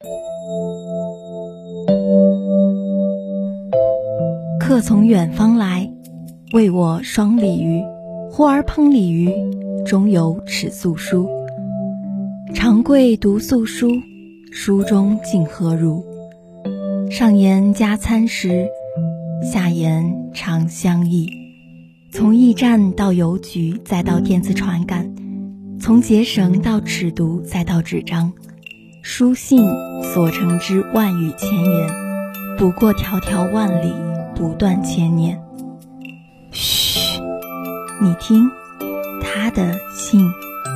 客从远方来，为我双鲤鱼。忽而烹鲤鱼，中有尺素书。长贵读素书，书中竟何如？上言加餐食，下言长相忆。从驿站到邮局，再到电子传感，从结绳到尺牍，再到纸张，书信所成之万语千言，不过迢迢万里，不断千年。嘘，你听，他的信。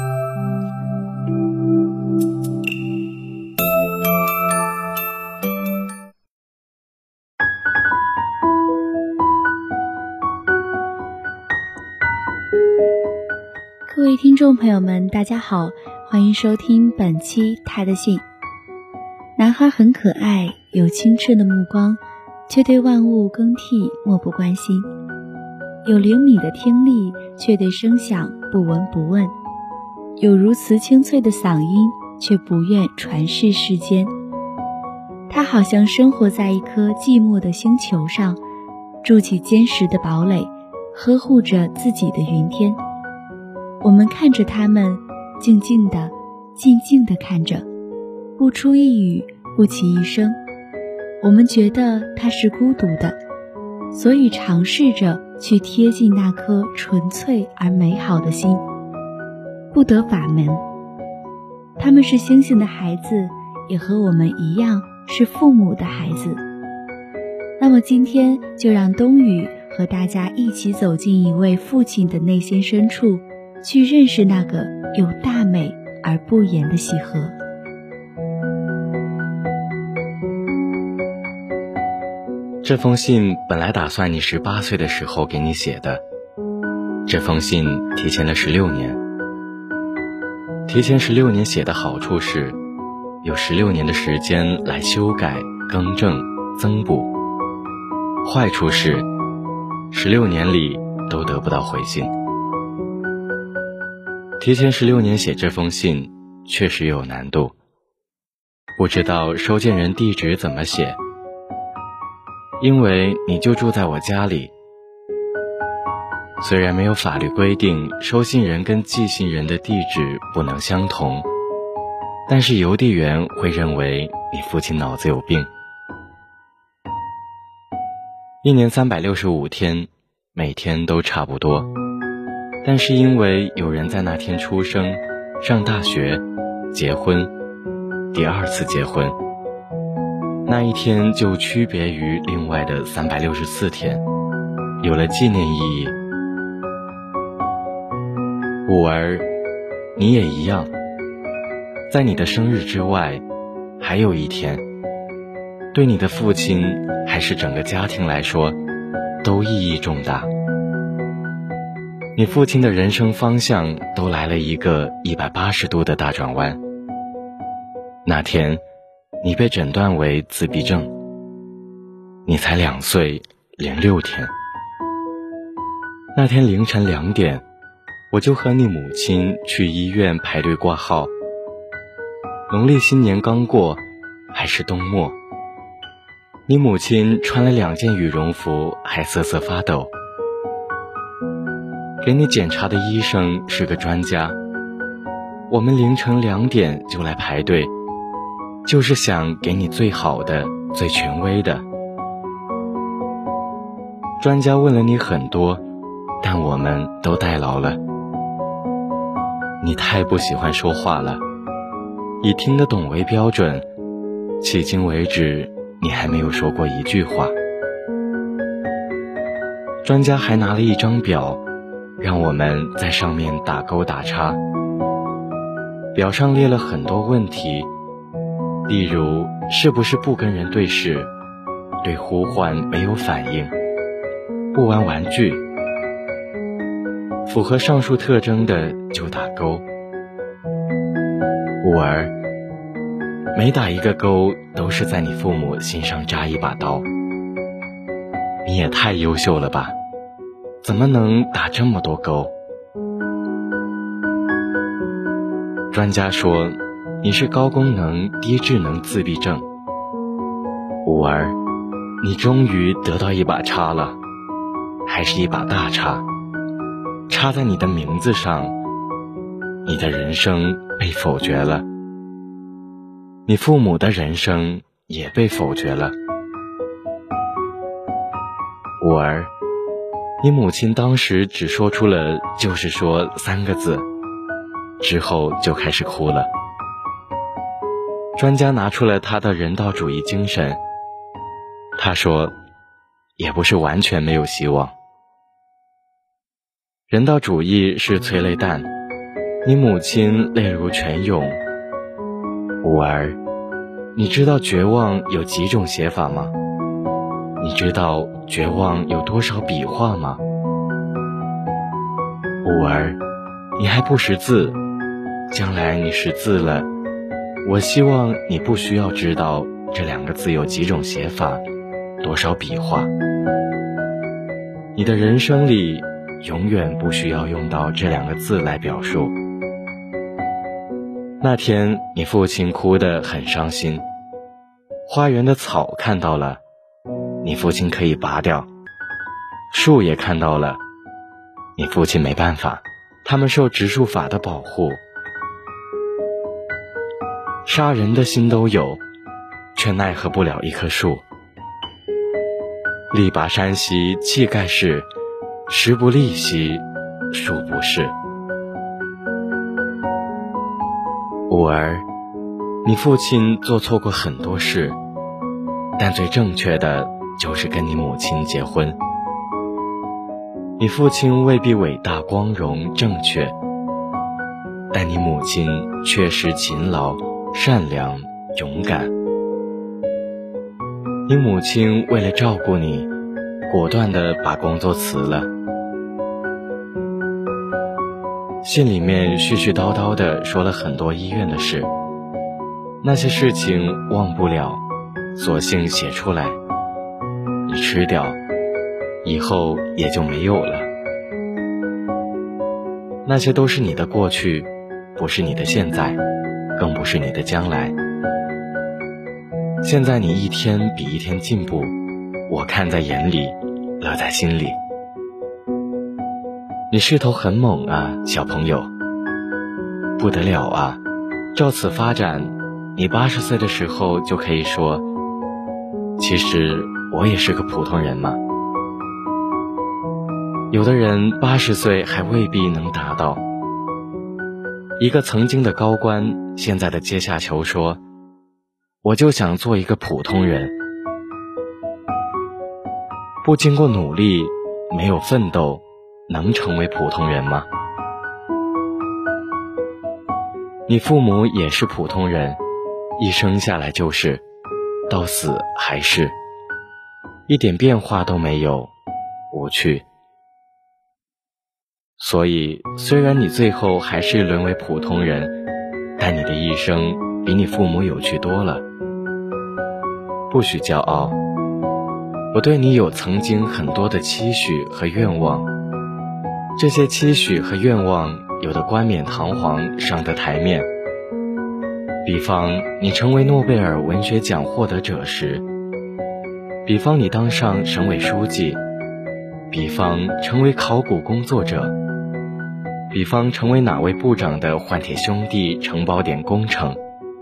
各位听众朋友们，大家好，欢迎收听本期他的信。男孩很可爱，有清澈的目光，却对万物更替漠不关心，有灵敏的听力，却对声响不闻不问，有如此清脆的嗓音，却不愿传世世间。他好像生活在一颗寂寞的星球上，筑起坚实的堡垒，呵护着自己的云天。我们看着他们，静静地看着，不出一语，不起一声。我们觉得他是孤独的，所以尝试着去贴近那颗纯粹而美好的心，不得法门。他们是星星的孩子，也和我们一样是父母的孩子。那么今天就让冬雨和大家一起走进一位父亲的内心深处，去认识那个有大美而不言的喜和。 这封信本来打算你18岁的时候给你写的，这封信提前了16年。提前16年写的好处是，有16年的时间来修改、更正、增补。坏处是，16年里都得不到回信。提前16年写这封信确实有难度，不知道收件人地址怎么写，因为你就住在我家里。虽然没有法律规定收信人跟寄信人的地址不能相同，但是邮递员会认为你父亲脑子有病。1年365天，每天都差不多，但是因为有人在那天出生、上大学、结婚、第2次结婚，那一天就区别于另外的364天，有了纪念意义。五儿，你也一样，在你的生日之外还有一天，对你的父亲还是整个家庭来说都意义重大。你父亲的人生方向都来了一个180度的大转弯。那天你被诊断为自闭症，你才2岁06天。那天凌晨2点，我就和你母亲去医院排队挂号。农历新年刚过，还是冬末。你母亲穿了2件羽绒服，还瑟瑟发抖。给你检查的医生是个专家，我们凌晨2点就来排队，就是想给你最好的、最权威的。专家问了你很多，但我们都代劳了。你太不喜欢说话了，以听得懂为标准，迄今为止你还没有说过一句话。专家还拿了一张表，让我们在上面打勾打叉。表上列了很多问题，例如是不是不跟人对视，对呼唤没有反应，不玩玩具。符合上述特征的就打勾。五儿，每打一个勾都是在你父母心上扎一把刀。你也太优秀了吧，怎么能打这么多勾？专家说你是高功能低智能自闭症。五儿，你终于得到一把叉了，还是一把大叉，插在你的名字上，你的人生被否决了，你父母的人生也被否决了。五儿，你母亲当时只说出了就是说3个字，之后就开始哭了。专家拿出了他的人道主义精神，他说也不是完全没有希望。人道主义是催泪弹，你母亲泪如泉涌。五儿，你知道绝望有几种写法吗？你知道绝望有多少笔画吗？五儿，你还不识字，将来你识字了，我希望你不需要知道这2个字有几种写法，多少笔画。你的人生里永远不需要用到这2个字来表述。那天你父亲哭得很伤心，花园的草看到了，你父亲可以拔掉，树也看到了，你父亲没办法，他们受植树法的保护。杀人的心都有，却奈何不了一棵树。力拔山兮气盖世，时不利兮树不是。五儿，你父亲做错过很多事，但最正确的就是跟你母亲结婚。你父亲未必伟大光荣正确，但你母亲确实勤劳善良勇敢。你母亲为了照顾你，果断地把工作辞了。信里面絮絮叨叨地说了很多医院的事，那些事情忘不了，索性写出来，你吃掉，以后也就没有了。那些都是你的过去，不是你的现在，更不是你的将来。现在你一天比一天进步，我看在眼里，乐在心里。你势头很猛啊，小朋友，不得了啊！照此发展，你80岁的时候就可以说，其实我也是个普通人嘛。有的人80岁还未必能达到。一个曾经的高官，现在的阶下囚说，我就想做一个普通人。不经过努力，没有奋斗，能成为普通人吗？你父母也是普通人，一生下来就是，到死还是，一点变化都没有，无趣。所以虽然你最后还是沦为普通人，但你的一生比你父母有趣多了。不许骄傲，我对你有曾经很多的期许和愿望，这些期许和愿望有的冠冕堂皇上得台面，比方你成为诺贝尔文学奖获得者时，比方你当上省委书记，比方成为考古工作者，比方成为哪位部长的换铁兄弟承包点工程。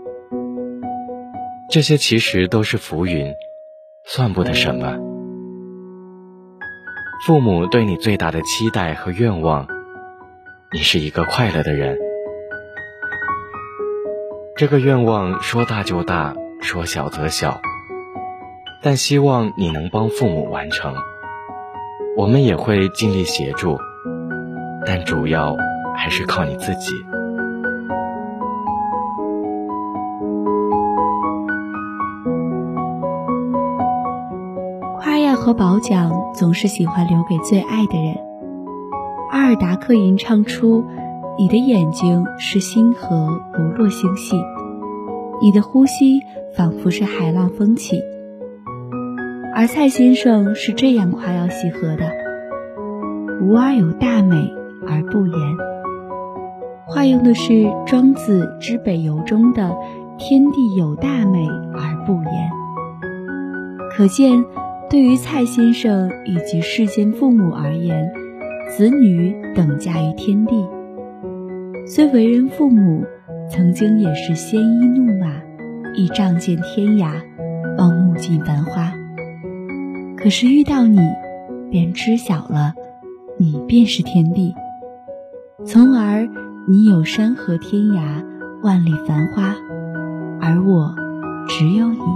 这些其实都是浮云，算不得什么。父母对你最大的期待和愿望，你是一个快乐的人。这个愿望说大就大，说小则小，但希望你能帮父母完成。我们也会尽力协助，但主要还是靠你自己。 夸耀和褒奖总是喜欢留给最爱的人。阿尔达克吟唱出，你的眼睛是星河不落星系，你的呼吸仿佛是海浪风起。而蔡先生是这样夸耀西河的：吾儿有大美而不言， 化用的是庄子之北游中的天地有大美而不言。可见对于蔡先生以及世间父母而言，子女等价于天地。虽为人父母，曾经也是鲜衣怒马，亦仗剑天涯，望目尽繁花。可是遇到你，便知晓了，你便是天地，从而你有山河天涯，万里繁花，而我只有你。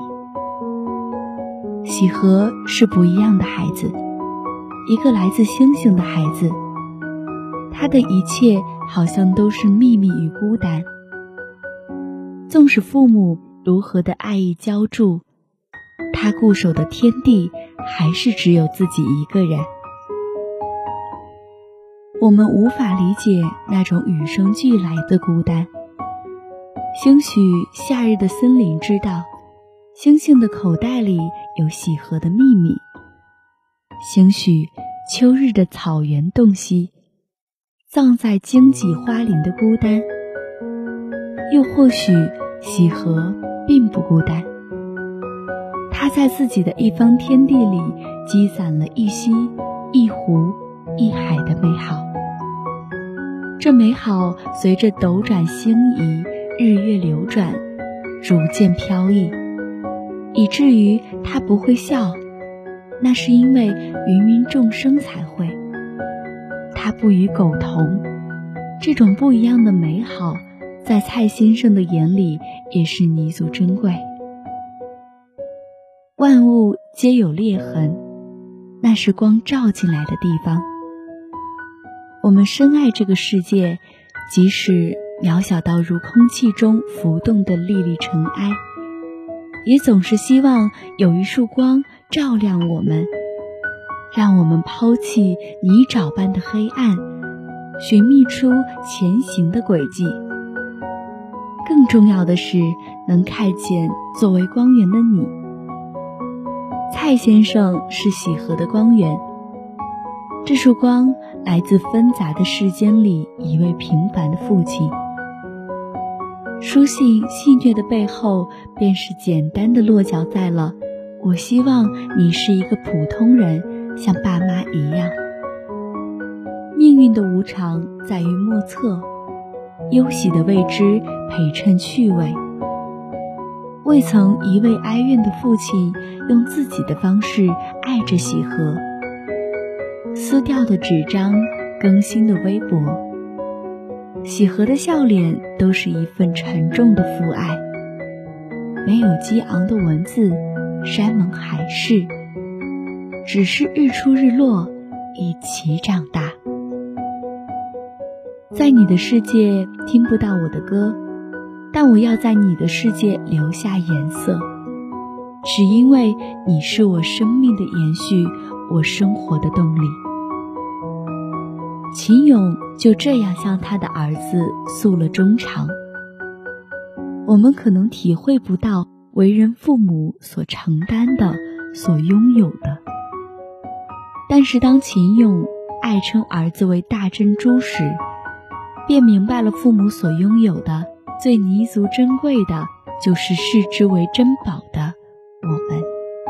喜和是不一样的孩子，一个来自星星的孩子，他的一切好像都是秘密与孤单。纵使父母如何的爱意浇筑，他固守的天地还是只有自己一个人。我们无法理解那种与生俱来的孤单。兴许夏日的森林知道，星星的口袋里有喜和的秘密。兴许秋日的草原洞悉，葬在荆棘花林的孤单。又或许喜和并不孤单，他在自己的一方天地里积攒了一溪一湖一海的美好。这美好随着斗转星移，日月流转，逐渐飘逸，以至于他不会笑，那是因为芸芸众生才会。他不与苟同，这种不一样的美好在蔡先生的眼里也是弥足珍贵。万物皆有裂痕，那是光照进来的地方。我们深爱这个世界，即使渺小到如空气中浮动的粒粒尘埃，也总是希望有一束光照亮我们，让我们抛弃泥沼般的黑暗，寻觅出前行的轨迹。更重要的是，能看见作为光源的你。蔡先生是喜和的光源，这束光来自纷杂的世间里一位平凡的父亲。书信戏谑的背后，便是简单的落脚在了我希望你是一个普通人，像爸妈一样。命运的无常在于莫测，忧喜的未知陪衬趣味。未曾一味哀怨的父亲，用自己的方式爱着喜和。撕掉的纸张，更新的微博，喜和的笑脸都是一份沉重的父爱。没有激昂的文字，山盟海誓，只是日出日落，一起长大。在你的世界听不到我的歌，但我要在你的世界留下颜色，只因为你是我生命的延续，我生活的动力。秦勇就这样向他的儿子诉了衷肠。我们可能体会不到为人父母所承担的，所拥有的，但是当秦勇爱称儿子为大珍珠时，便明白了父母所拥有的最弥足珍贵的，就是视之为珍宝的我们。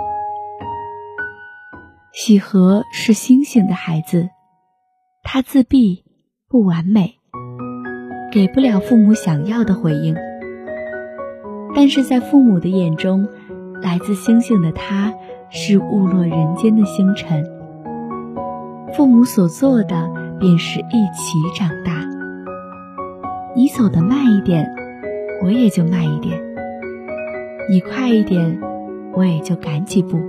喜和是星星的孩子，他自闭不完美，给不了父母想要的回应，但是在父母的眼中，来自星星的他是误落人间的星辰。父母所做的便是一起长大，你走得慢一点，我也就慢一点；你快一点，我也就赶几步。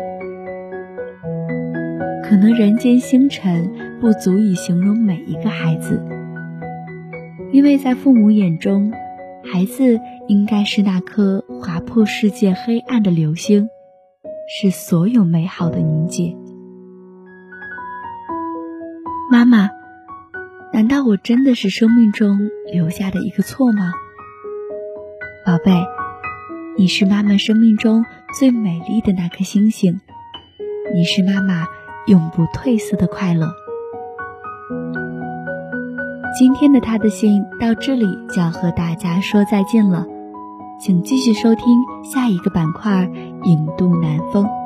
可能人间星辰不足以形容每一个孩子，因为在父母眼中，孩子应该是那颗划破世界黑暗的流星，是所有美好的凝结。妈妈，难道我真的是生命中留下的一个错吗？宝贝，你是妈妈生命中最美丽的那颗星星，你是妈妈永不褪色的快乐。 今天的他的信到这里就要和大家说再见了，请继续收听下一个板块影渡南风。